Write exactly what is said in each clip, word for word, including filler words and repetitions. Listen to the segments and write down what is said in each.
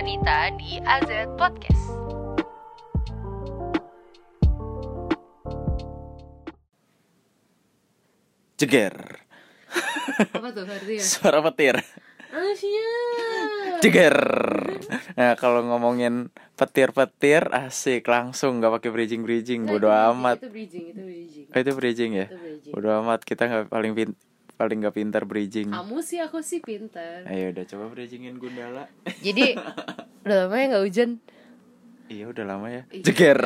dan Nita di A Z Podcast. Jeger. Apa tuh artinya? Suara petir. Asia. Jeger. Nah, kalau ngomongin petir-petir asik langsung, nggak pakai bridging-bridging. Bodo amat. Itu bridging, itu bridging. Oh, itu bridging ya? Itu bridging. Bodo amat, kita nggak paling pin paling nggak pintar bridging. Kamu sih, aku sih pintar. Ayo udah coba bridgingin Gundala. Jadi udah lama ya nggak hujan. Iya udah lama ya. Iya. Jeger.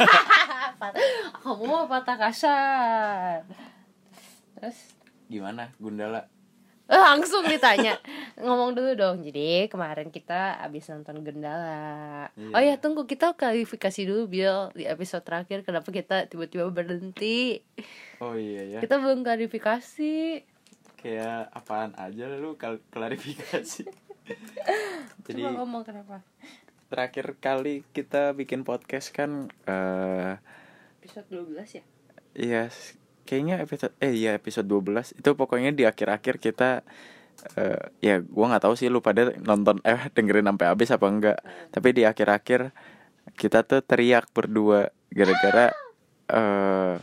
Kamu mau patah kasar. Terus Gimana Gundala? eh, langsung ditanya. Ngomong dulu dong. Jadi kemarin kita abis nonton Gundala. Iya. Oh ya tunggu, kita klarifikasi dulu Bill. Di episode terakhir kenapa kita tiba-tiba berhenti. Oh iya ya. Kita belum klarifikasi. Kayak apaan aja lu kal- klarifikasi. Jadi Coba ngomong kenapa. terakhir kali kita bikin podcast kan eh Episode dua belas ya? iya kayaknya episode eh iya episode dua belas itu pokoknya di akhir-akhir kita eh ya gua nggak tahu sih lu pada nonton eh dengerin sampai habis apa enggak. Tapi di akhir-akhir kita tuh teriak berdua gara-gara eh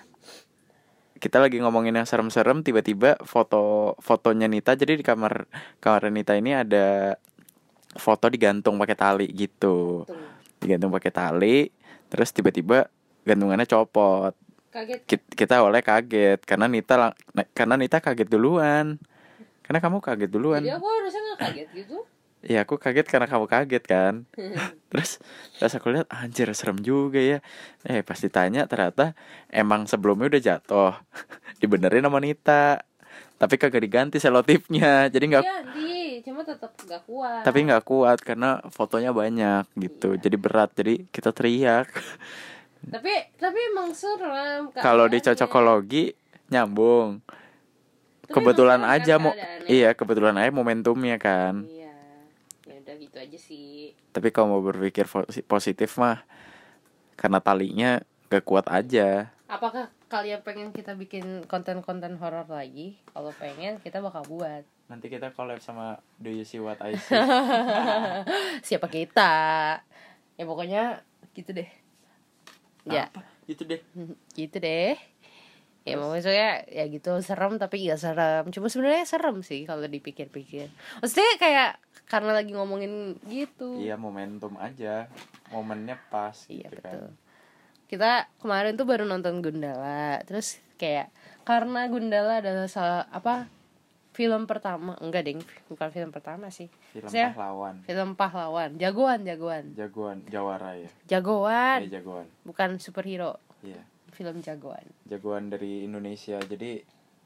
kita lagi ngomongin yang serem-serem, tiba-tiba foto fotonya Nita. Jadi di kamar kamar Nita ini ada foto digantung pakai tali gitu. Tunggu. Digantung pakai tali, terus tiba-tiba gantungannya copot. Kaget. Ki- Kita oleh kaget karena Nita lang- karena Nita kaget duluan. Karena kamu kaget duluan. Jadi aku harusnya gak kaget gitu. Iya, aku kaget karena kamu kaget kan. Terus terus aku lihat anjir serem juga ya. Eh pas ditanya ternyata emang sebelumnya udah jatuh. Dibenerin sama Nita. Tapi kagak diganti selotipnya. Jadi nggak Iya di, cuma tetap gak kuat. tapi nggak kuat karena fotonya banyak gitu. Iya. Jadi berat. Jadi kita teriak. Tapi tapi emang serem. Kalau di keadaannya. cocokologi nyambung. Tapi Kebetulan emang serem aja kan mau keadaannya. iya, kebetulan aja momentumnya kan. Iya. Ya udah gitu aja sih. Tapi kalau mau berpikir posi- positif mah karena talinya gak kuat aja. Apakah kalian pengen kita bikin konten-konten horor lagi? Kalau pengen kita bakal buat. Nanti kita collab sama Do You See What I See. Siapa kita? Ya pokoknya gitu deh. Ya, Apa? Gitu deh. gitu deh. Ya maksudnya ya gitu serem tapi gak serem. Cuma sebenarnya serem sih kalau dipikir-pikir. Maksudnya kayak karena lagi ngomongin gitu. Iya, momentum aja. Momennya pas Iya gitu betul. kan. Kita kemarin tuh baru nonton Gundala. Terus kayak karena Gundala adalah salah apa film pertama, enggak ding, bukan film pertama sih. Film Maksudnya, pahlawan. film pahlawan, jagoan, jagoan, Jagoan, Jawara ya. jagoan, Eh, jagoan. bukan superhero, Iya. film jagoan. Jagoan dari Indonesia. Jadi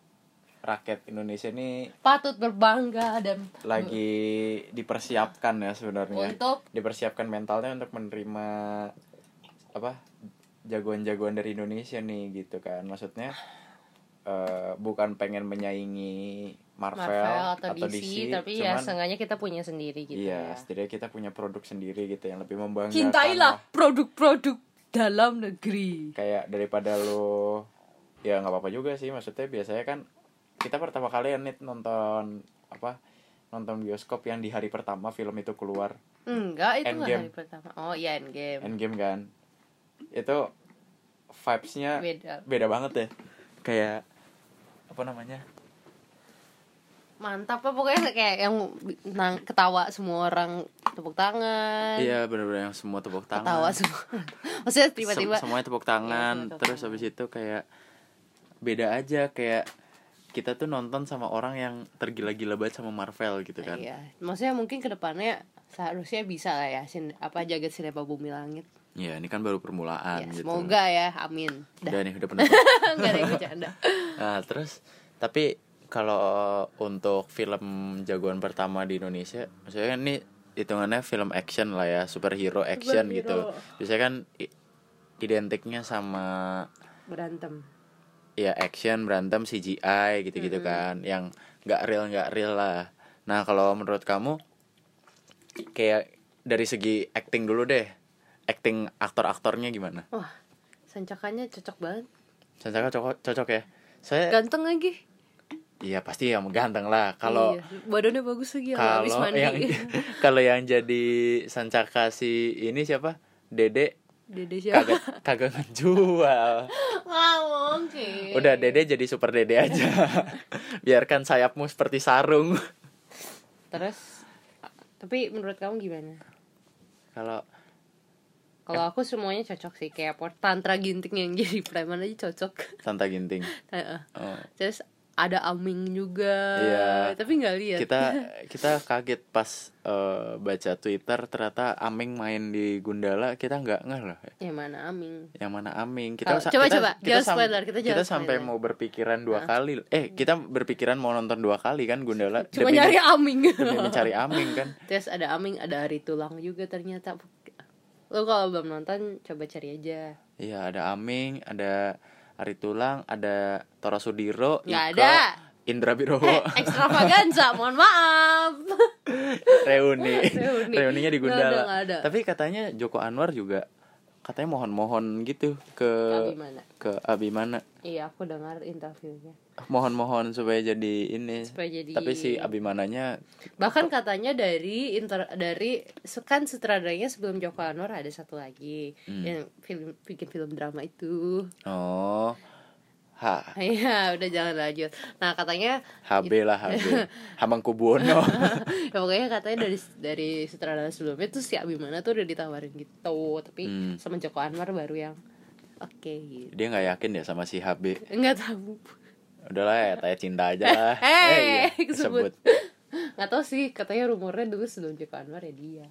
rakyat Indonesia ini Patut berbangga dan lagi dipersiapkan ya sebenarnya. untuk Dipersiapkan mentalnya untuk menerima apa? Jagoan-jagoan dari Indonesia nih gitu kan. Maksudnya eh, bukan pengen menyaingi Marvel, Marvel atau, atau D C, D C, tapi ya cuman seenggaknya kita punya sendiri gitu iya, ya. setidaknya kita punya produk sendiri gitu yang lebih membanggakan. Cintailah lah. produk-produk dalam negeri. Kayak daripada lo ya nggak apa-apa juga sih, maksudnya biasanya kan kita pertama kali ya nih nonton apa nonton bioskop yang di hari pertama film itu keluar. Enggak, itu enggak Endgame. hari pertama. Oh iya Endgame. Endgame kan. Itu vibes-nya Beda. beda banget ya. Kayak apa namanya? Mantap lah pokoknya kayak yang nang, ketawa semua orang tepuk tangan. Iya, benar-benar yang semua tepuk tangan. Ketawa semua. Maksudnya tiba-tiba Sem- semuanya tepuk tangan, Iya, tepuk terus tangan. habis itu kayak beda aja, kayak kita tuh nonton sama orang yang tergila-gila banget sama Marvel gitu kan. Iya, maksudnya mungkin kedepannya seharusnya bisa lah ya sin apa jagat sinema bumi langit. Iya, ini kan baru permulaan Ya, gitu. semoga ya, amin. Udah nih, udah penuh. Enggak ada yang bercanda. Nah, terus tapi kalau untuk film jagoan pertama di Indonesia, maksudnya kan ini hitungannya film action lah ya, superhero action Superhero. gitu. Biasanya kan i- identiknya sama Berantem. ya action, berantem, C G I gitu-gitu kan, yang nggak real nggak real lah. Nah, kalau menurut kamu kayak dari segi acting dulu deh, acting aktor-aktornya gimana? Wah, sancakannya cocok banget. Sancaka cocok, cocok ya. Saya Ganteng lagi. Iya pasti yang ganteng lah. Kalau iya, badannya bagus lagi ya habis kalau mandi. yang kalau yang jadi Sancaka si ini siapa? Dede Dede siapa? kagak kagak ngejual. Nggak mungkin. Udah Dede jadi super Dede aja. Biarkan sayapmu seperti sarung. Terus tapi menurut kamu gimana? Kalau Kalau aku semuanya cocok sih, kayak Port Tantra Ginting yang jadi preman aja cocok. Santa Ginting. Heeh. Oh. Terus ada Aming juga. Iya. Tapi nggak lihat. Kita kita kaget pas uh, baca Twitter ternyata Aming main di Gundala, kita nggak ngeh loh. Yang mana Aming? Yang mana Aming? Kita Kalo, coba kita, coba, kita, jangan sam- spoiler, kita jangan kita sampai spoiler. mau berpikiran dua kali. Eh, kita berpikiran mau nonton dua kali kan Gundala. Cuma demi, nyari Aming. demi mencari Aming kan. Terus ada Aming, ada Ari Tulang juga ternyata. Lo kalau belum nonton coba cari aja. Iya, ada Aming, ada Ari Tulang, ada Tora Sudiro, Nggak Iko, ada. Indra Birowo. Eh, extravaganza, mohon maaf. Reuni. Reuni. Reuninya di Nggak ada, Gundala. nggak ada. Tapi katanya Joko Anwar juga katanya mohon-mohon gitu ke Abimana. ke Abimana. Iya, aku dengar interviewnya. Mohon-mohon supaya jadi ini. Supaya jadi- Tapi si Abimananya Bahkan katanya dari inter, dari kan sutradaranya sebelum Joko Anwar ada satu lagi Hmm. yang film bikin film drama itu. oh ha Iya, udah jangan lanjut. Nah, katanya H B lah H B. Hamengkubuwono. ya pokoknya katanya dari dari sutradara sebelumnya tuh si Abimana tuh udah ditawarin gitu, tapi Hmm. sama Joko Anwar baru yang oke gitu. Dia nggak yakin ya sama si H B. Enggak tahu. Udahlah ya, tanya cinta aja lah. Eh, iya, kesebut. kesebut. Nggak tahu sih, katanya rumornya dulu sebelum Joko Anwar ya dia.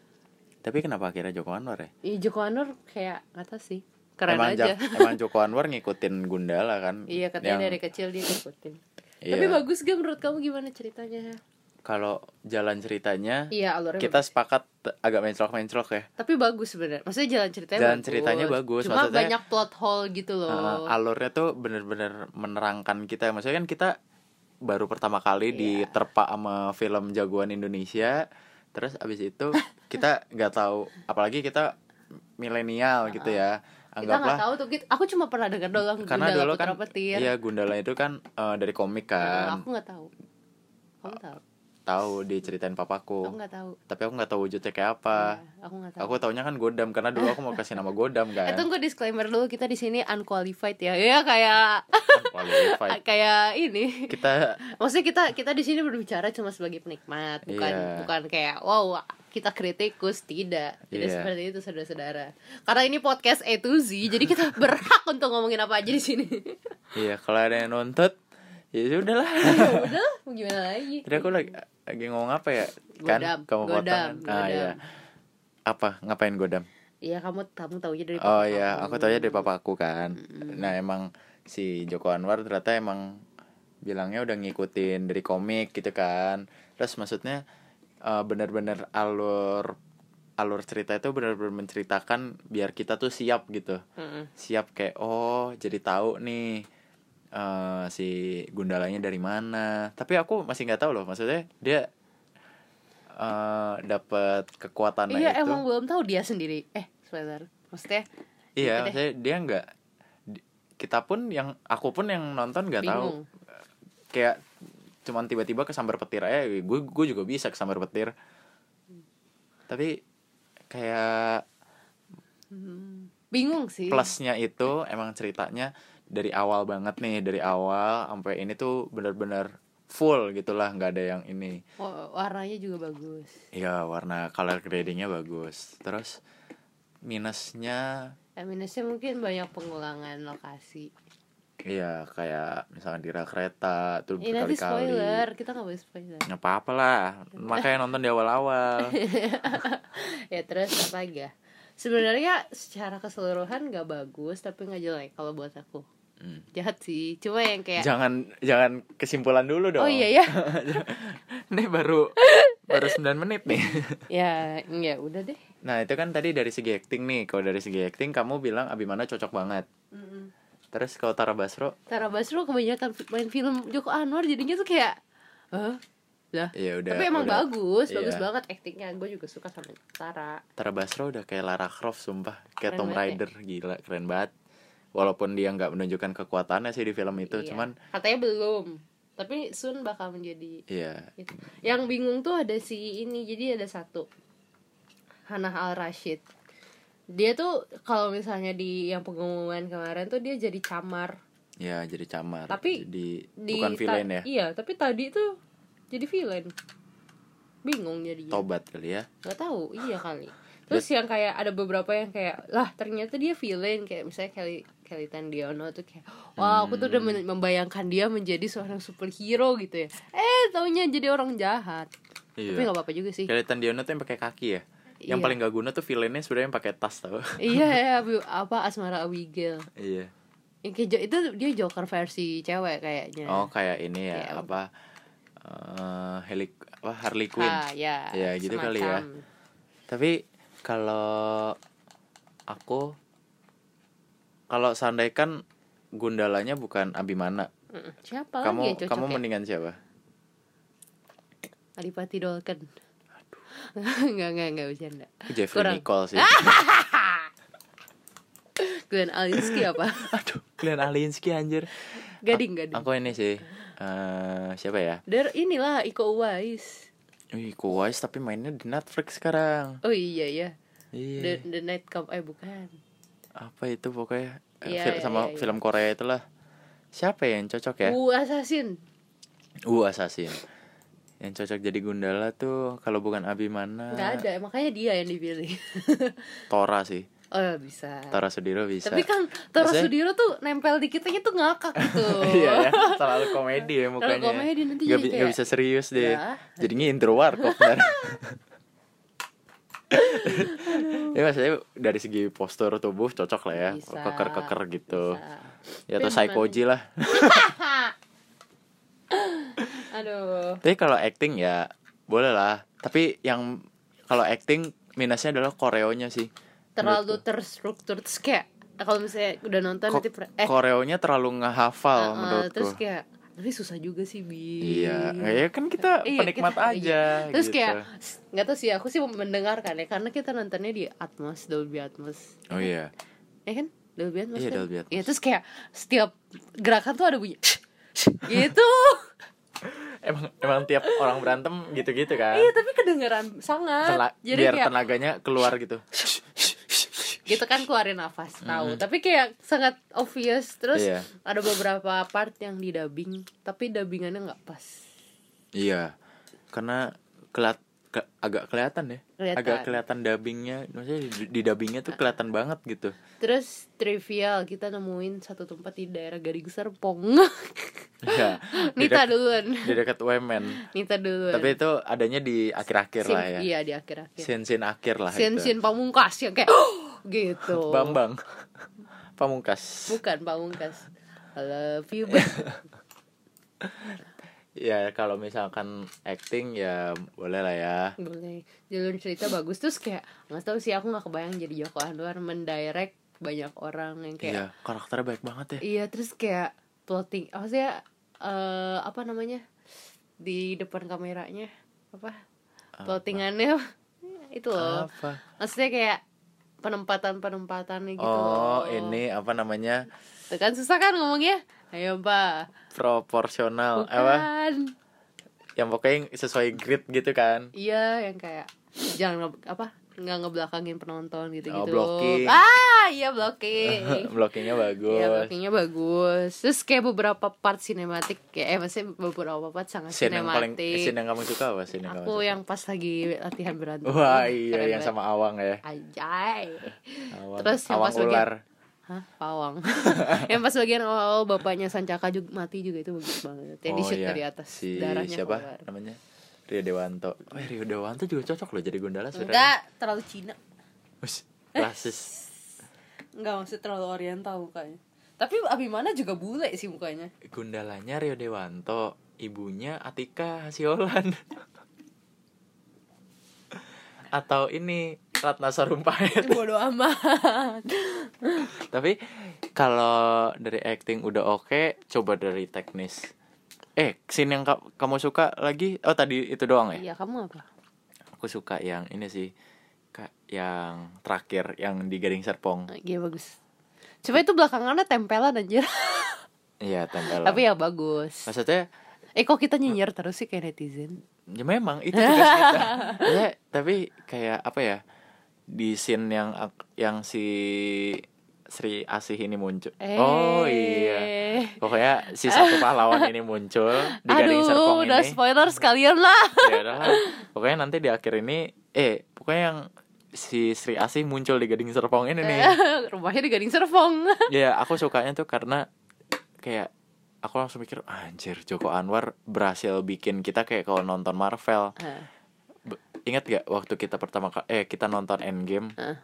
Tapi kenapa akhirnya Joko Anwar ya? Iya, Joko Anwar kayak nggak tahu sih, keren emang aja. Jak- emang Joko Anwar ngikutin Gundala kan. Iya, katanya Yang- dari kecil dia ngikutin. Iya. Tapi bagus gak menurut kamu, gimana ceritanya? Kalau jalan ceritanya Iya, alurnya kita bagus. sepakat agak menclok-menclok ya. Tapi bagus sebenarnya. Maksudnya jalan ceritanya Jalan bagus. ceritanya bagus, Cuma maksudnya- banyak plot hole gitu loh. Uh, alurnya tuh bener-bener menerangkan kita. Maksudnya kan kita baru pertama kali Iya. diterpa sama film jagoan Indonesia. Terus abis itu kita nggak tahu, apalagi kita milenial gitu ya. Kita nggak Anggaplah tahu tuh. Kita, aku cuma pernah dengar doang karena Gundala dulu Putra kan Petir. iya Gundala itu kan uh, dari komik Nah, kan. aku nggak tahu. Kamu tahu? Tahu diceritain papaku. Aku nggak tahu. Tapi aku nggak tahu wujudnya kayak apa. Iya, aku nggak tahu. Aku taunya kan Godam karena dulu aku mau kasih nama Godam Eh, kan. tunggu, disclaimer dulu, kita di sini unqualified ya. Ya kayak Qualified. kayak ini. Kita Maksudnya kita kita di sini berbicara cuma sebagai penikmat, bukan Iya. bukan kayak wow kita kritikus, tidak. Tidak Iya. seperti itu, saudara-saudara. Karena ini podcast A to Z, jadi kita berhak untuk ngomongin apa aja di sini. iya kalau ada yang nuntut ya udahlah. Ya udah, mau gimana lagi? Tadi aku lagi lagi ngomong apa ya? Kan Godam, kamu godam, potong. Ah godam. iya. Apa? Ngapain Godam? Iya, kamu kamu taunya dari Oh papa iya, kamu. aku taunya dari papaku kan. Nah, emang si Joko Anwar ternyata emang bilangnya udah ngikutin dari komik gitu kan. Terus maksudnya uh, benar-benar alur alur cerita itu benar-benar menceritakan biar kita tuh siap gitu. Mm-mm. Siap kayak oh, jadi tahu nih uh, si Gundalanya dari mana. Tapi aku masih nggak tahu loh, maksudnya dia uh, dapat kekuatannya Iya, itu. emang belum tahu dia sendiri. Eh, sebentar. Maksudnya Iya, gitu deh. maksudnya dia nggak. di- Kita pun yang aku pun yang nonton nggak tahu. Bingung. Kayak cuman tiba-tiba kesambar petir aja. Gue gue juga bisa kesambar petir. Tapi kayak bingung sih. plusnya itu emang ceritanya dari awal banget nih, dari awal sampai ini tuh benar-benar full gitulah, nggak ada yang ini. Wa- warnanya juga bagus. Iya, warna color gradingnya bagus. Terus minusnya Eh, minusnya mungkin banyak pengulangan lokasi. iya kayak misalkan di rel kereta tuh Ini nanti berkali-kali. spoiler, kita nggak boleh spoiler. Nggak apa-apa lah, makanya nonton di awal-awal. Ya terus apa lagi ya? Sebenarnya secara keseluruhan nggak bagus, tapi nggak jelek kalau buat aku. Hmm. Jahat sih, cuma yang kayak Jangan jangan kesimpulan dulu dong. oh iya ya, Ini baru baru sembilan menit nih. ya ya udah deh. Nah, itu kan tadi dari segi acting nih. Kalau dari segi acting kamu bilang Abimana cocok banget. Terus kalau Tara Basro, Tara Basro kebanyakan fi- main film Joko Anwar jadinya tuh kayak, Hah? Lah. ya udah. Tapi emang udah- bagus, bagus iya. banget aktingnya. Gue juga suka sama Tara. Tara Basro udah kayak Lara Croft sumpah, kayak Keren Tomb banget Raider, gila, keren banget. Walaupun dia nggak menunjukkan kekuatannya sih di film itu, Iya. cuman Katanya belum. Tapi soon bakal menjadi Iya. gitu. Yang bingung tuh ada si ini, jadi ada satu Hannah Al Rashid. Dia tuh kalau misalnya di yang pengumuman kemarin tuh dia jadi camar. Ya, jadi camar. Tapi jadi di bukan villain ta- ya. Iya, tapi tadi tuh jadi villain. Bingung jadinya. Tobat kali ya. Gak tahu, iya kali. Terus yang kayak ada beberapa yang kayak lah ternyata dia villain, kayak misalnya Kelly Kelly Tandiono tuh kayak wah aku tuh udah men- membayangkan dia menjadi seorang superhero gitu ya. Eh taunya jadi orang jahat. Iya. Tapi gak apa-apa juga sih. Kelly Tandiono tuh yang pakai kaki ya. Yang Iya. paling gak guna tuh villainnya sebenarnya yang pakai tas tau. Iya ya, apa Asmara Abigail. Iya. Yang kayak jo- itu dia Joker versi cewek kayaknya. Oh kayak ini ya Kayak apa uh, Heli apa Harley Quinn. Ah, ya, Ya gitu kali ya. semacam. Tapi kalau aku kalau seandainya kan Gundalanya bukan Abimana. Mm-mm. Siapa Kamu lagi yang cocok kamu ya? mendingan siapa? Adipati Dolken. Enggak, enggak, enggak bercanda. Jeffrey Kurang. Nicole sih. Glenn Alinsky apa? Aduh, Glenn Alinsky anjir. Gading, gading. Aku ini sih uh, siapa ya? Der inilah Iko Uwais. Wih, Kuwais tapi mainnya di Netflix sekarang. Oh iya ya. Iya. The, The Night Come eh bukan. Apa itu pokoknya eh, Iya, fil- iya, sama iya, film Korea itulah. Siapa ya yang cocok ya? Uh, Assassin. Uh, Assassin. Yang cocok jadi Gundala tuh kalau bukan Abimana. Enggak ada, makanya dia yang dipilih. Tora sih. Oh bisa. Tora Sudiro bisa. Tapi kan Tora Maksudnya- Sudiro tuh nempel di kitanya tuh ngakak gitu. Iya ya, terlalu komedi ya mukanya. Terlalu komedi, nanti Gak, jadi bi- kayak- gak bisa serius deh. Ya. Jadi ngintro warkop ntar. Ya maksudnya dari segi postur tubuh cocok lah ya. Bisa, Keker-keker gitu. bisa. Ya atau Tapi Saikoji lah. Aduh. Tapi kalau acting ya boleh lah. Tapi yang kalau acting minusnya adalah koreonya sih. Terlalu terstruktur terus kayak kalau misalnya udah nonton Ko- nanti pre- eh koreonya terlalu ngehafal uh, uh, menurutku. terus kayak tapi susah juga sih Bi. Iya, ya kan kita Iya, penikmat kita- aja. iya. Terus gitu. kayak nggak tahu sih aku sih mendengarkan ya karena kita nontonnya di Atmos, Dolby Atmos. Oh iya. Ya kan? Dolby Atmos. Iya, kan? Dolby Atmos. Iya, terus kayak setiap gerakan tuh ada bunyi gitu. Emang emang tiap orang berantem gitu-gitu kan. Iya, tapi kedengeran sangat. Tena- Jadi biar kayak tenaganya keluar gitu. gitu kan keluarin nafas tahu. Tapi kayak sangat obvious. Terus Iya. ada beberapa part yang di dubbing, tapi dubbingannya nggak pas. Iya. Karena kelat ke- agak kelihatan ya. Kelihatan. Agak kelihatan dubbingnya. Maksudnya di, di dubbingnya tuh kelihatan banget gitu. Terus trivial kita nemuin satu tempat di daerah Gading Serpong. Iya. Di Nita dek- duluan. Di dekat U M N. Nita duluan. Tapi itu adanya di akhir-akhir Scene- lah ya. Iya di akhir-akhir. Scene-scene akhir lah Scene itu. scene pamungkas yang kayak gitu. Bambang Pamungkas. Bukan pamungkas. I love you. Bang. Ya kalau misalkan acting ya boleh lah ya. Boleh. Jalur cerita bagus terus kayak nggak tahu sih aku nggak kebayang jadi Joko Anwar mendirect banyak orang yang kayak Iya, karakternya baik banget ya. iya terus kayak plotting maksudnya eh apa namanya di depan kameranya apa plottingannya itu loh Apa? maksudnya kayak penempatan penempatannya gitu Oh, loh. ini apa namanya? Tuh kan susah kan ngomongnya ayo pak Proporsional bukan apa? Yang pokoknya sesuai grid gitu kan. iya yang kayak jangan nge- apa nggak ngebelakangin penonton gitu gitu Oh, blocking. ah iya blocking Blockingnya bagus. Iya, blockingnya bagus. Terus kayak beberapa part sinematik kayak eh maksudnya beberapa part sangat Scene yang paling sinematik. scene yang kamu suka apa scene yang kamu Aku suka? yang pas lagi latihan berantem. Wah, iya Keren yang banget. sama Awang ya. Anjay. Awang, Terus yang Awang pas bagian- ular. Hah, pawang. Yang pas bagian awal bapaknya Sancaka juga mati juga itu bagus banget. Yang di Oh, shoot iya. dari atas Si darahnya siapa keluar. namanya? Rio Dewanto. Oh, Rio Dewanto juga cocok loh jadi Gundala sebenarnya. Enggak, terlalu Cina. Wih, klasis. Enggak maksud terlalu oriental mukanya. Tapi Abimana juga bule sih mukanya. Gundalanya Rio Dewanto, ibunya Atika Hasiolan. Atau ini Ratna Sarumpait. Bodoh amat. Tapi kalau dari acting udah oke, coba dari teknis. Eh, scene yang ka- kamu suka lagi? Oh, tadi itu doang ya? Iya, kamu apa? Aku suka yang ini sih. Kak, yang terakhir yang di Gading Serpong. Iya bagus. Coba itu belakangannya tempelan anjir. Iya, tempelan. Tapi ya bagus. Maksudnya Eh kok kita nyinyir terus sih kayak netizen? Ya memang itu tugas kita. Ya, tapi kayak apa ya? Di scene yang yang si Sri Asih ini muncul. Eh. Oh iya. Pokoknya si satu pahlawan ini muncul di Gading Serpong ini. Aduh, udah spoiler sekalian lah. Ya udahlah. Pokoknya nanti di akhir ini eh pokoknya yang si Sri Asih muncul di Gading Serpong ini nih. Rumahnya di Gading Serpong. Ya, aku sukanya tuh karena kayak aku langsung mikir, anjir, Joko Anwar berhasil bikin kita kayak kalau nonton Marvel. Uh. Be- Ingat gak waktu kita pertama kali eh kita nonton Endgame? Uh.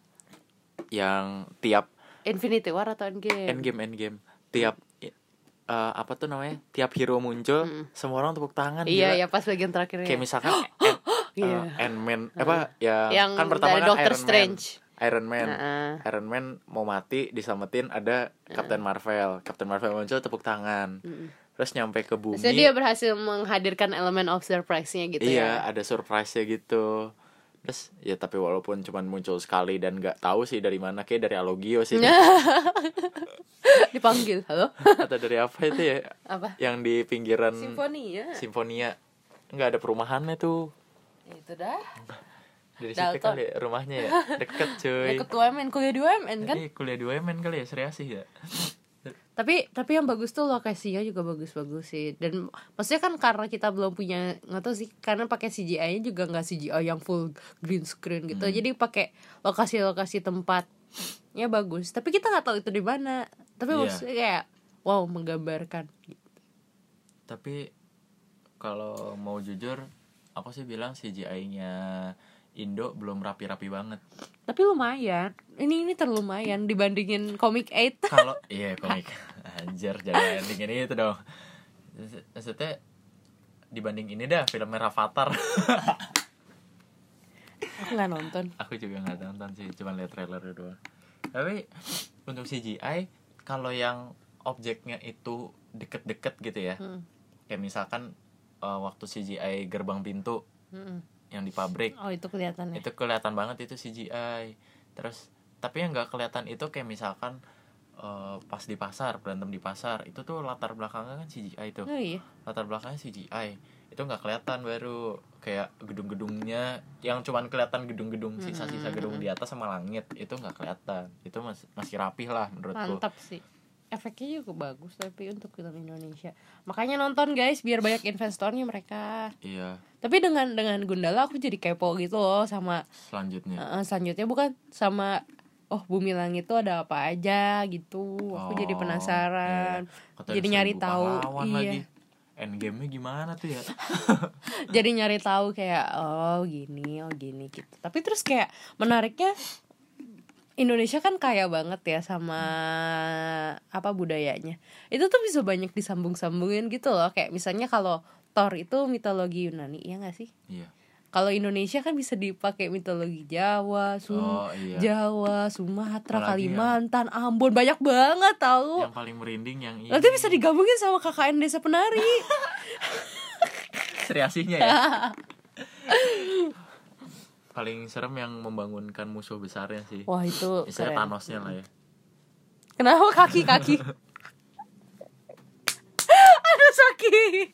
Yang tiap Infinity War atau Endgame? Endgame Endgame tiap uh, apa tuh namanya? Tiap hero muncul, Mm. semua orang tepuk tangan. Iya, gila. ya pas bagian terakhirnya. Kayak misalkan Ant- Iya. uh, Ant-Man apa ya Yang kan pertama dari kan Doctor Iron Strange. Man. Iron Man, Uh-uh. Iron Man mau mati diselamatin ada Captain Marvel, Captain Marvel muncul tepuk tangan, Mm. terus nyampe ke bumi. Maksudnya dia berhasil menghadirkan elemen of surprise-nya gitu Iya, ya. ada surprise-nya gitu. Terus ya tapi walaupun cuman muncul sekali dan nggak tahu sih dari mana, kayak dari Alogio sih. Dipanggil, halo? Atau dari apa itu ya? Apa? Yang di pinggiran Simfonia. Simfonia. Nggak ada perumahannya tuh. Itu dah. Dari situ Dalton. kali ya, rumahnya ya. Deket cuy. Ya ketua M N, kuliah di U M N kan? Iya, kuliah di U M N kali ya, serius sih ya. Tapi tapi yang bagus tuh lokasinya juga bagus-bagus sih. Dan maksudnya kan karena kita belum punya, nggak tahu sih, karena pakai C G I-nya juga nggak C G I yang full green screen gitu. Hmm. Jadi pakai lokasi-lokasi tempatnya bagus. Tapi kita nggak tahu itu di mana. Tapi Iya. maksudnya kayak wow, menggambarkan. Tapi kalau mau jujur, aku sih bilang C G I-nya Indo belum rapi-rapi banget. Tapi lumayan. Ini ini terlalu lumayan dibandingin Comic eight. Kalau iya komik anjir jangan endingin itu dong. Maksudnya dibanding ini dah film Rafathar. Aku nggak nonton. Aku juga nggak nonton sih, cuma lihat trailer doang. Tapi untuk C G I kalau yang objeknya itu deket-deket gitu ya, Hmm. kayak misalkan uh, waktu C G I gerbang pintu Hmm. yang di pabrik, Oh itu kelihatan ya. itu kelihatan banget itu C G I. Terus tapi yang nggak kelihatan itu kayak misalkan uh, pas di pasar, berantem di pasar, itu tuh latar belakangnya kan C G I tuh. Oh iya. Latar belakangnya C G I itu nggak kelihatan, baru kayak gedung-gedungnya yang cuman kelihatan gedung-gedung, sisa-sisa gedung di atas sama langit itu nggak kelihatan. Itu masih masih rapih lah menurutku. Mantap sih. Efeknya juga bagus tapi untuk film Indonesia. Makanya nonton guys biar banyak investornya mereka. Iya. Tapi dengan dengan Gundala aku jadi kepo gitu loh sama Selanjutnya. uh, selanjutnya bukan sama oh Bumi Langit itu ada apa aja gitu. Aku jadi Oh, penasaran. iya. Katanya Jadi ada nyari seribu tahu. pahlawan Iya. lagi. Endgame-nya gimana tuh ya? Jadi nyari tahu kayak oh gini, oh gini gitu. Tapi terus kayak menariknya Indonesia kan kaya banget ya sama apa budayanya. Itu tuh bisa banyak disambung-sambungin gitu loh. Kayak misalnya kalau Thor itu mitologi Yunani, iya gak sih? Iya. Kalau Indonesia kan bisa dipakai mitologi Jawa, Sum Oh, iya. Jawa, Sumatera, Apalagi Kalimantan, Ambon, banyak banget tahu. Yang paling merinding yang ini. Nanti bisa digabungin sama K K N Desa Penari. Seriasinya ya. Paling serem yang membangunkan musuh besarnya sih. Wah itu Misalnya keren. Thanosnya lah ya. Kenapa kaki-kaki? Aduh sakit.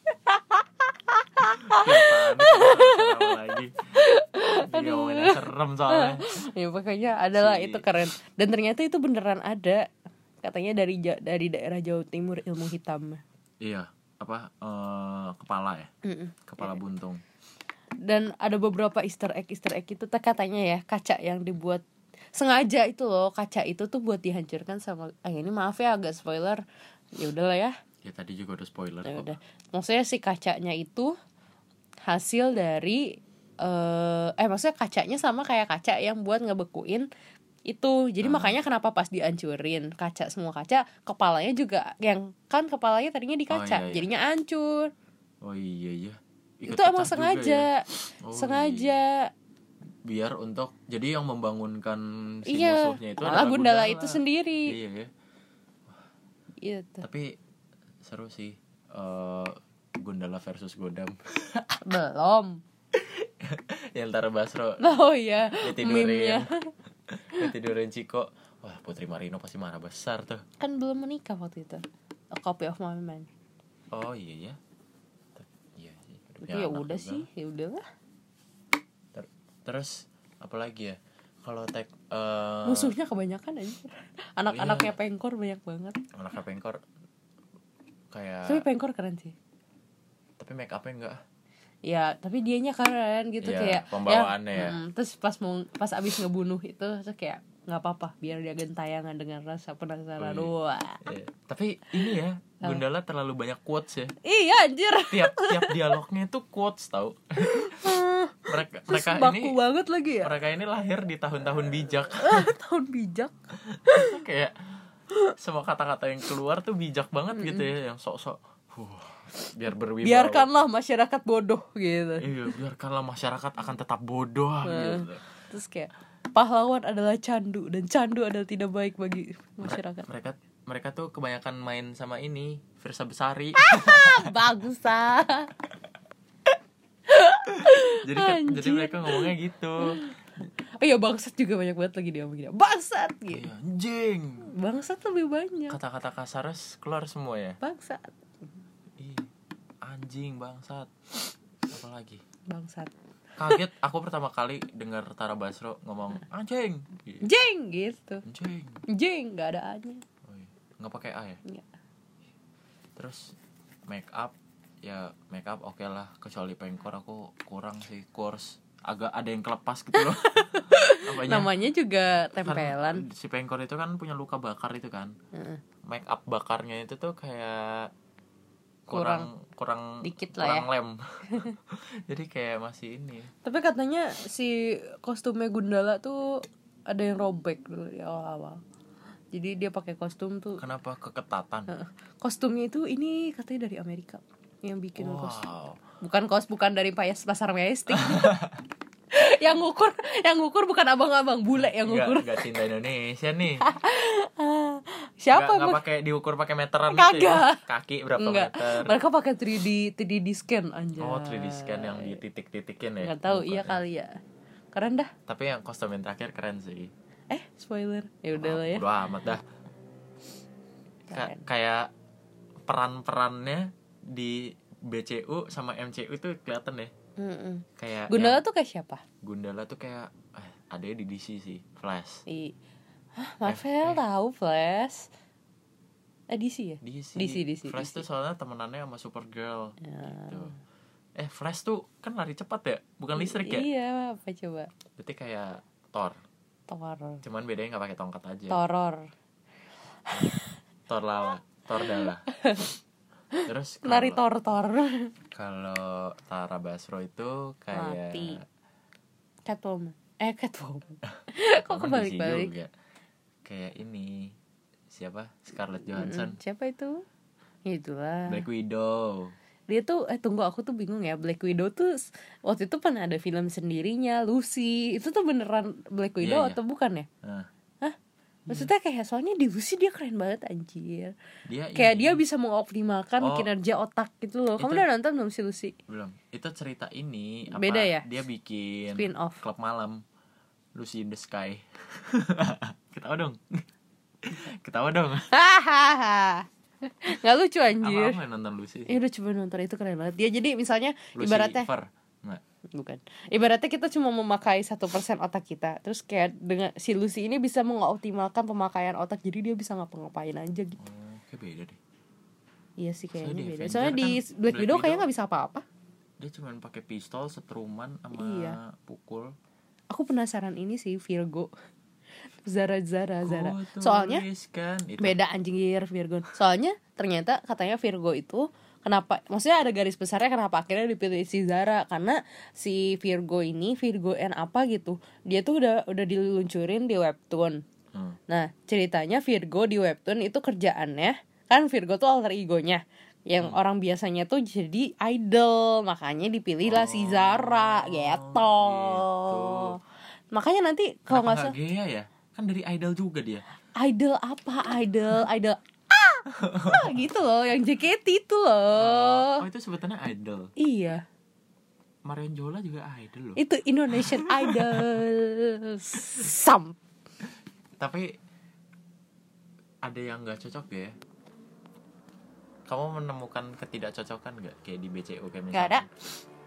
Apaan lagi? Ini ngomongin serem soalnya. Ya pokoknya adalah Si- itu keren. Dan ternyata itu beneran ada. Katanya dari Ja- dari daerah Jawa Timur ilmu hitam. Iya, apa eh, kepala ya? Mm-mm. Kepala buntung. Dan ada beberapa Easter egg Easter egg itu tak katanya ya kaca yang dibuat sengaja itu loh, kaca itu tuh buat dihancurkan sama ah ini maaf ya agak spoiler. Ya udahlah ya. Ya tadi juga udah spoiler Ya kok. udah. Maksudnya si kacanya itu hasil dari eh eh maksudnya kacanya sama kayak kaca yang buat ngebekuin itu. Jadi Ah. makanya kenapa pas dihancurin kaca semua kaca, kepalanya juga yang kan kepalanya tadinya di kaca, Oh, iya, iya. jadinya hancur. Oh iya iya. Ikut Itu emang pecah juga sengaja. ya? Oh, sengaja. Biar untuk jadi yang membangunkan si Iya. musuhnya itu Malah adalah Gundala itu sendiri. Iya ya. Gitu. Tapi seru sih eh, Gundala versus Godam. Belum. Yang Tara Basro Oh iya. ditidurin. Meme-nya. Ditidurin Ciko. Wah, Putri Marino pasti marah besar tuh. Kan belum menikah waktu itu. A Copy of My Mind. Oh iya ya. Itu ya udah sih, ya udahlah. Ter- terus apalagi ya? Kalau tag uh, musuhnya kebanyakan aja. Anak-anaknya iya. Pengkor banyak banget. Anaknya Pengkor kayak. Tapi Pengkor keren sih. Tapi make up-nya enggak. Ya, tapi dianya keren gitu ya, kayak pembawaannya ya. Hmm, terus pas mau pas abis ngebunuh itu terus kayak nggak apa-apa biar dia gentayangan dengan rasa penasaran. Oh, iya. Iya. Tapi ini ya, Gundala terlalu banyak quotes ya. Iya anjir. Tiap tiap dialognya itu quotes tau. mereka mereka baku ini banget lagi ya. Mereka ini lahir di tahun-tahun bijak. Tahun bijak. Kayak semua kata-kata yang keluar tuh bijak banget mm-hmm. gitu ya, yang sok-sok huh, biar berwibawa. Biarkanlah masyarakat bodoh gitu. Iya, biarkanlah masyarakat akan tetap bodoh nah, gitu. Terus kayak pahlawan adalah candu dan candu adalah tidak baik bagi masyarakat. Mereka mereka tuh kebanyakan main sama ini, Firsa Besari. Bagus ah. jadi kan, jadi mereka ngomongnya gitu. Oh iya, bangsat juga banyak banget lagi dia ngomongnya. Bangsat gitu. Iya, anjing. Bangsat lebih banyak. Kata-kata kasarnya keluar semua ya. Bangsat. Ih, anjing, bangsat. Apa lagi? Bangsat. Kaget aku pertama kali dengar Tara Basro ngomong anjing. Jeng gitu. Anjing. Jeng, enggak ada A-nya. Oh iya. Enggak pakai A ya? Iya. Terus make up ya make up oke okay lah, kecuali Pengkor aku kurang sih, course agak ada yang kelepas gitu loh. Namanya juga tempelan. Kan si Pengkor itu kan punya luka bakar itu kan. Uh-uh. Make up bakarnya itu tuh kayak kurang kurang, kurang dikit lah kurang ya. lem. Jadi kayak masih ini. Tapi katanya si kostumnya Gundala tuh ada yang robek dulu di awal-awal. Jadi dia pakai kostum tuh. Kenapa keketatan? Uh, kostumnya itu ini katanya dari Amerika yang bikin wow. kostum. Bukan kos bukan dari Payas Pasar Majestic. yang ngukur yang ngukur bukan abang-abang bule yang ngukur. Enggak cinta Indonesia nih. Siapa nggak nggak pakai diukur pakai meteran kagak gitu ya? Kaki berapa Enggak. meter? Mereka pakai tiga D tiga D scan anjay. Oh, tiga D scan yang dititik-titikin ya. Nggak tahu, iya kali ya. Keren dah. Tapi yang kostum yang terakhir keren sih. Eh, spoiler. Ya udah lah ya. Udah amat dah. Ka- kayak peran-perannya di B C U sama M C U itu kelihatan deh. Mm-mm. Kayak Gundala tuh kayak siapa? Gundala tuh kayak eh, adanya di D C sih, Flash. I Hah, Marvel eh, tahu Flash. Eh D C ya? D C. D C, D C Flash D C. tuh soalnya temenannya sama Supergirl. Ya. Gitu. Eh Flash tuh kan lari cepat ya, bukan listrik ya? Iya, apa coba? Berarti kayak Thor. Thor. Cuman bedanya nggak pakai tongkat aja. Toror. Thor lala, Thor dala. Terus kalo, lari tor-tor. Kalau Tara Basro itu kayak mati. Catwoman. Eh Catwoman. Kok kebalik-balik? Kayak ini siapa? Scarlett Johansson. Mm-mm. Siapa itu? Itulah. Black Widow. Dia tuh eh tunggu aku tuh bingung ya. Black Widow tuh waktu itu pernah ada film sendirinya, Lucy. Itu tuh beneran Black Widow yeah, atau yeah. bukan ya? Uh. Hah? Maksudnya kayak soalnya di Lucy dia keren banget anjir. Dia kayak ini. dia bisa mengoptimalkan oh, kinerja otak gitu loh. Kamu itu, udah nonton belum si Lucy? Belum. Itu cerita ini apa? Beda ya? Dia bikin spin off klub malam Lucy in the Sky. Ketawa dong. Ketawa dong. Nggak lucu anjir. Apa-apa nonton Lucy? Ya udah coba nonton, itu keren banget. Dia jadi misalnya Lucy ibaratnya Fer. Nggak. Bukan. Ibaratnya kita cuma memakai satu persen otak kita. Terus kayak dengan si Lucy ini bisa mengoptimalkan pemakaian otak. Jadi dia bisa ngapa-ngapain aja gitu. Oh, kayak beda deh. Iya sih kayaknya Soalnya beda. Avenger Soalnya kan di Black, Black Widow kayaknya nggak bisa apa-apa. Dia cuma pakai pistol, setruman sama iya. pukul. Aku penasaran ini sih Virgo. Zara Zara Zara. Oh, soalnya kan, beda anjir Virgo. Soalnya ternyata katanya Virgo itu kenapa, maksudnya ada garis besarnya kenapa akhirnya dipilih si Zara, karena si Virgo ini Virgo N apa gitu, dia tuh udah udah diluncurin di webtoon. Hmm. Nah ceritanya Virgo di webtoon itu kerjaannya kan Virgo tuh alter egonya yang hmm. orang biasanya tuh jadi idol, makanya dipilih lah oh, si Zara gitu. gitu. Makanya nanti kalau nggak salah Gea ya, kan dari idol juga dia. Idol apa? Idol, idol ah, ah gitu loh, yang J K T itu loh. Oh, itu sebutannya idol. Iya. Marion Jola juga idol loh. Itu Indonesian Idol. Sam. Tapi ada yang nggak cocok ya? Kamu menemukan ketidakcocokan nggak kayak di B C U kayak misalnya? Gak ada.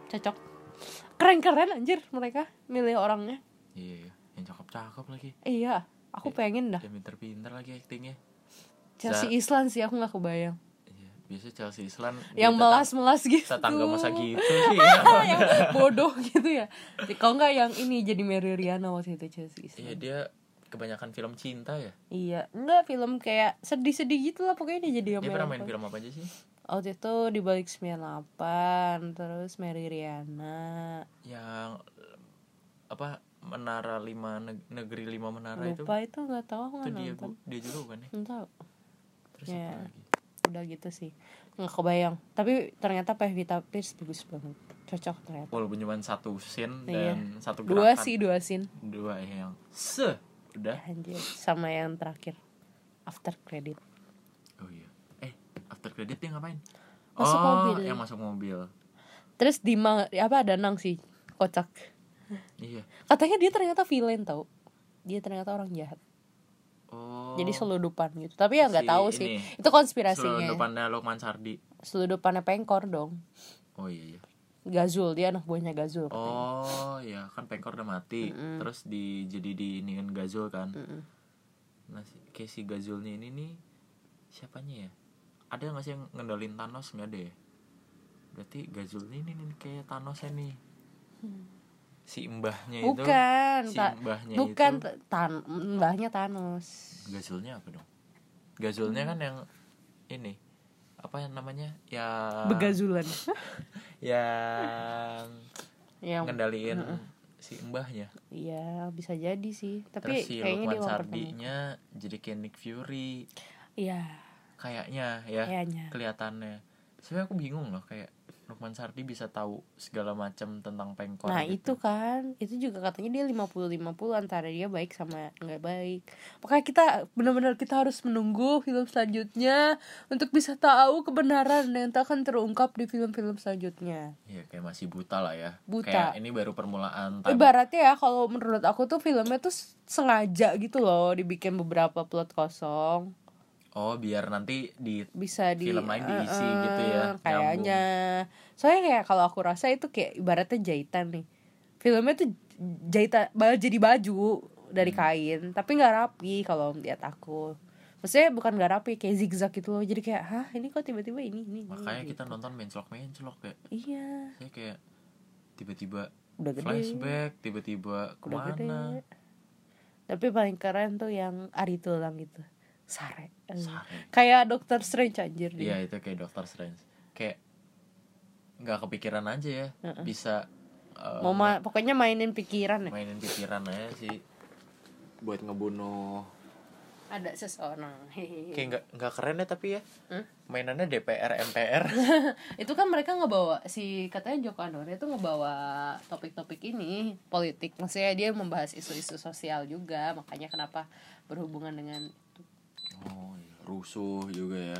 cocok. Keren-keren anjir mereka milih orangnya. Iya, yang cakep-cakep lagi. Iya, aku Ya, pengen dah. Dia pinter-pinter lagi aktingnya. Chelsea Islan sih aku nggak kebayang. Iya, biasa Chelsea Islan Yang melas-melas gitu. tetangga masa gitu sih. Ya. Yang bodoh gitu ya. Kalau nggak yang ini jadi Mary Riana waktu itu Chelsea Islan. Iya, dia kebanyakan film cinta ya. Iya, enggak film kayak sedih-sedih gitu lah pokoknya dia jadi yang Dia pernah main melankoli. film apa aja sih? Waktu itu di balik sembilan puluh delapan, terus Mary Riana. Yang apa menara lima neg- negeri lima menara itu. Lupa itu nggak tahu aku Itu nggak dia nonton. bu- dia juga bukan ya? Nggak tahu. Terus Ya. apa lagi? Udah gitu sih nggak kebayang tapi ternyata Pevita Pierce bagus banget, cocok ternyata. Walaupun cuma satu scene Iya. dan satu Dua gerakan. sih dua scene. Dua yang se udah. Anjir, sama yang terakhir after credit. Oh iya. Eh, after credit dia ngapain? Masuk oh, mobil. yang masuk mobil. Terus Dima apa Danang sih kocak, Iya. katanya dia ternyata villain tau, dia ternyata orang jahat. Oh. Jadi seludupan gitu. Tapi ya nggak Si tahu ini, sih. Itu konspirasinya. Selundupannya Lukman Sardi. Seludupannya Pengkor dong. Oh iya iya. Gazul, dia anak buahnya Gazul. katanya. Oh iya, kan Pengkor udah mati. Mm-mm. Terus di jadi di ini kan Gazul kan. Mm-mm. Nah, si, kayak si Gazulnya ini nih siapanya ya? Ada nggak sih yang ngendalin Thanos? Nggak ada ya? Berarti Gazul ini nih kayak Thanosnya nih. Si mbahnya itu. Bukan, Si ta- mbahnya bukan itu. tan mbahnya Thanos. Gazulnya apa dong? Gazulnya kan yang ini apa yang namanya? Yang Begazulan. yang Yang ngendaliin si mbahnya. iya bisa jadi sih. Tapi Terus si kayaknya dia Lukman mempertemukan. Sardinya jadi kayak Nick Fury. Iya, Kayaknya ya kayaknya. kelihatannya. Sebenarnya aku bingung loh kayak Lukman Sardi bisa tahu segala macam tentang Pengkor. Nah gitu. itu kan, itu juga katanya dia lima puluh lima puluh antara dia baik sama nggak baik. Makanya kita benar-benar kita harus menunggu film selanjutnya untuk bisa tahu kebenaran yang akan terungkap di film-film selanjutnya. Iya kayak masih buta lah ya. Buta. Kayak ini baru permulaan. time. Ibaratnya ya kalau menurut aku tuh filmnya tuh sengaja gitu loh dibikin beberapa plot kosong. Oh biar nanti di Bisa di film lain diisi eh, eh, gitu ya, kayaknya. Soalnya kayak kalau aku rasa itu kayak ibaratnya jahitan nih. Filmnya tuh jahitan ba- jadi baju dari Hmm. kain, tapi nggak rapi kalau lihat aku. Maksudnya bukan nggak rapi, kayak zigzag gitu loh. Jadi kayak, hah ini kok tiba-tiba ini ini. makanya ini, kita gitu. nonton mencelok-mencelok kayak Iya, saya kayak tiba-tiba udah gede. flashback, tiba-tiba Udah gede. kemana. Tapi paling keren tuh yang Ari Tulang gitu. Sare. Eh, Sare. Kayak Doctor Strange anjir dia. Iya itu kayak Doctor Strange. Kayak nggak kepikiran aja ya bisa uh, Mau ma- pokoknya mainin pikiran ya. mainin pikiran aja sih buat ngebunuh. Ada seseorang. Kayak nggak nggak keren ya tapi ya. Hmm? Mainannya D P R M P R. Itu kan mereka ngebawa si katanya Joko Anwar itu ngebawa topik-topik ini politik, maksudnya dia membahas isu-isu sosial juga, makanya kenapa berhubungan dengan itu. Oh iya, rusuh juga ya.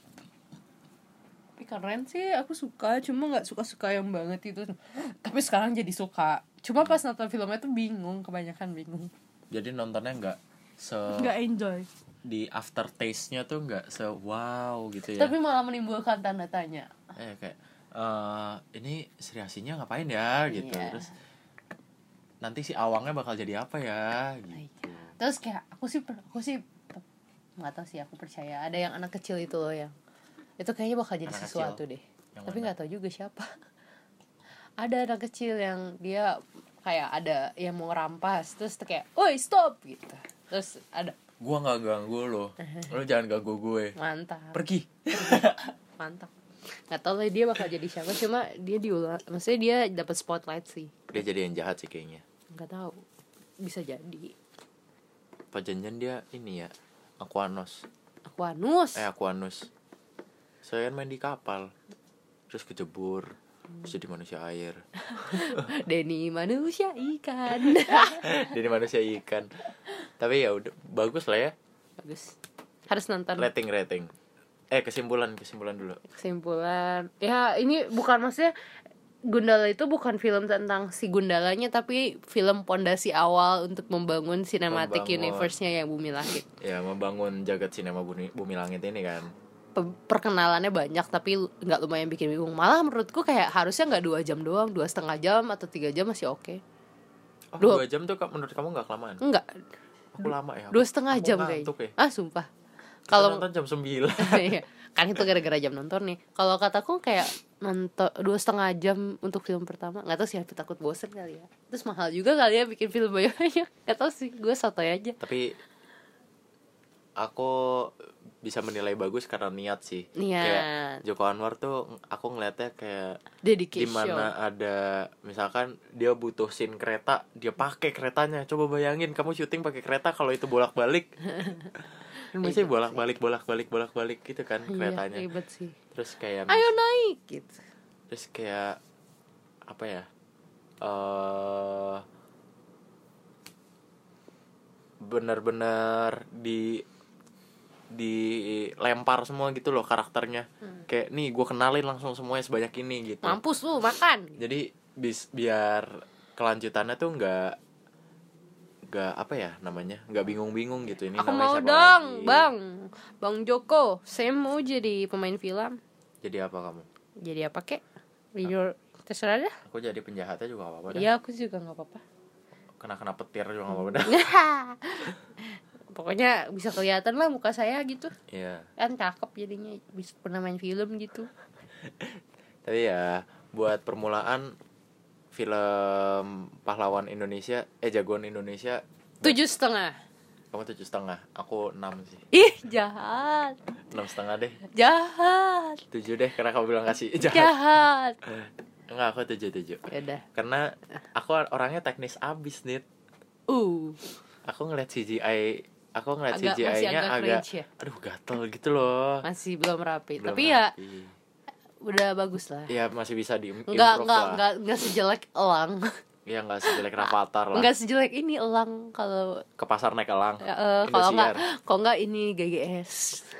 Tapi keren sih, aku suka, cuma nggak suka-suka yang banget itu. Tapi sekarang jadi suka. Cuma pas nonton filmnya tuh bingung, kebanyakan bingung. Jadi nontonnya nggak se Nggak enjoy. di aftertaste-nya tuh nggak se wow gitu ya. Tapi malah menimbulkan tanda tanya. Eh kayak eh ini Sri Asinya ngapain ya gitu. Iya. Terus nanti si Awangnya bakal jadi apa ya gitu. Terus kayak aku sih aku sih nggak tahu sih, aku percaya ada yang anak kecil itu loh yang itu kayaknya bakal jadi Anak sesuatu kecil? deh. Yang Tapi mana? nggak tahu juga siapa. Ada anak kecil yang dia kayak ada yang mau rampas terus tuh kayak, "Oi, stop!" gitu. Terus ada Gua nggak ganggu lo, lo jangan ganggu gue. mantap. Pergi. Mantap. Nggak tahu lah dia bakal jadi siapa, cuma dia diulang, maksudnya dia dapat spotlight sih. Dia jadi yang jahat sih kayaknya. Nggak tahu. Bisa jadi. Apa janjian dia ini ya Aquanos. Aquanus. Eh Aquanus. Saya kan main di kapal. Terus kejebur. Terus jadi manusia air. Denny manusia ikan. Jadi manusia ikan. Tapi ya udah bagus lah ya. Bagus. Harus nonton. Rating rating. Eh kesimpulan kesimpulan dulu. Kesimpulan ya ini bukan, maksudnya Gundala itu bukan film tentang si Gundalanya, tapi film pondasi awal untuk membangun cinematic Membangun. universe-nya yang Bumi Langit. Ya membangun jagat sinema bumi, bumi langit ini kan. pe- perkenalannya banyak tapi nggak lumayan bikin bingung. Malah menurutku kayak harusnya nggak dua jam doang, dua setengah jam atau tiga jam masih oke. Oh, Dua- dua jam tuh ka- menurut kamu nggak kelamaan? Enggak, Aku lama ya. dua setengah Aku jam ngantuk kayaknya. ya. Ah sumpah. Kalau Kalau nonton jam sembilan. iya, kan itu gara-gara jam nonton nih. Kalau kataku kayak nonton dua setengah jam untuk film pertama, nggak tahu sih, aku takut bosen kali ya. Terus mahal juga kali ya bikin film banyak. Nggak tahu sih, gue sotoy aja. Tapi aku bisa menilai bagus karena niat sih. Niat. Kayak Joko Anwar tuh aku ngeliatnya kayak Dedication. dimana ada misalkan dia butuh scene kereta, dia pakai keretanya. Coba bayangin kamu syuting pakai kereta kalau itu bolak-balik. Kan masih bolak-balik bolak-balik bolak-balik gitu kan keretanya. Iya, ribet sih. Terus kayak Ayo naik gitu. terus kayak apa ya? Eh benar-benar di dilempar semua gitu loh karakternya. Hmm. Kayak nih gue kenalin langsung semuanya sebanyak ini gitu. Mampus lu makan. Jadi bis, biar kelanjutannya tuh nggak nggak apa ya namanya nggak bingung-bingung gitu. Ini Aku namanya mau siapa dong, lagi? bang, bang Joko. Saya mau jadi pemain film. Jadi apa kamu? Jadi apa kek? Your terserah dah. Aku jadi penjahatnya juga nggak apa-apa dah. Iya, aku juga nggak apa-apa. Kena-kena petir juga nggak apa-apa dah. Pokoknya bisa kelihatan lah muka saya gitu. Iya. Kan cakep jadinya, bisa pernah main film gitu. Tapi ya buat permulaan film pahlawan Indonesia, eh jagoan Indonesia Tujuh setengah. kamu tujuh setengah, aku enam sih. Ih jahat, Enam setengah deh. jahat, Tujuh deh karena kamu bilang kasih jahat. jahat. Enggak, aku tujuh tujuh. Yaudah. Karena aku orangnya teknis abis nih. Uh. Aku ngeliat C G I, aku ngeliat Agak- C G I-nya masih agak agak, cringe ya? aduh gatel gitu loh. Masih belum rapi. Belum Tapi ya rapi. udah bagus lah. Ya masih bisa di Enggak improve enggak lah. enggak enggak sejelek elang. Ya nggak sejelek Rafathar lah. Enggak sejelek ini elang kalau Ke pasar naik elang. ya, eh, kalau enggak Indosiar. kalau enggak ini G G S.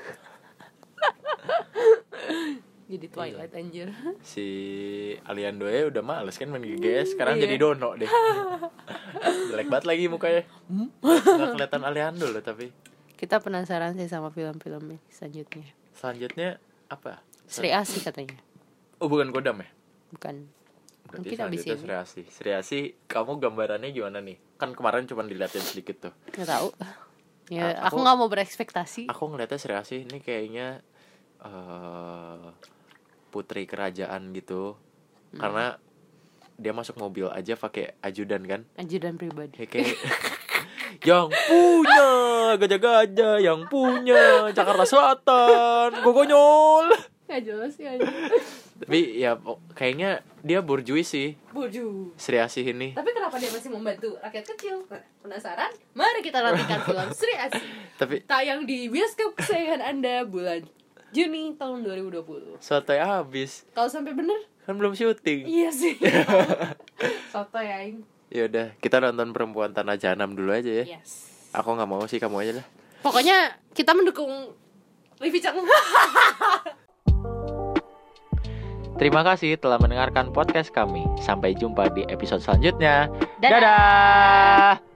Jadi Twilight anjir. Si Aliando ya udah males kan main G G S, sekarang Iya. jadi Dono deh. Jelek banget lagi mukanya. Nggak kelihatan Aliando loh tapi. Kita penasaran sih sama film-film selanjutnya. Selanjutnya apa? Sri Asih katanya. Oh bukan Godam ya? Bukan. Berarti Mungkin abis selanjutnya ini. Sri Asih. Sri Asih, kamu gambarannya gimana nih? Kan kemarin cuma diliatin sedikit tuh. Nggak tahu. Ya, A- aku aku- nggak mau berekspektasi. Aku ngeliatnya Sri Asih ini kayaknya eh putri kerajaan gitu. Hmm. Karena dia masuk mobil aja pakai ajudan kan? Ajudan pribadi. Ya, kayak yang punya gajah-gajah, yang punya Jakarta Selatan, gogonyol. Nggak jelas sih aja. Tapi ya po- kayaknya dia borjuis sih Boju. Sri Asih ini. Tapi kenapa dia masih membantu rakyat kecil? Penasaran? Mari kita nantikan film Sri Asih. Tapi Tayang di bioskop kesayangan Anda bulan Juni tahun dua ribu dua puluh. sotoy habis Kalau sampai bener? kan belum syuting. Iya sih. Soto ya, Aing. Ya udah kita nonton Perempuan Tanah Jahanam dulu aja ya. Yes. Aku nggak mau sih, kamu aja lah. Pokoknya kita mendukung Livi Chang. Terima kasih telah mendengarkan podcast kami. Sampai jumpa di episode selanjutnya. Dadah. Dadah.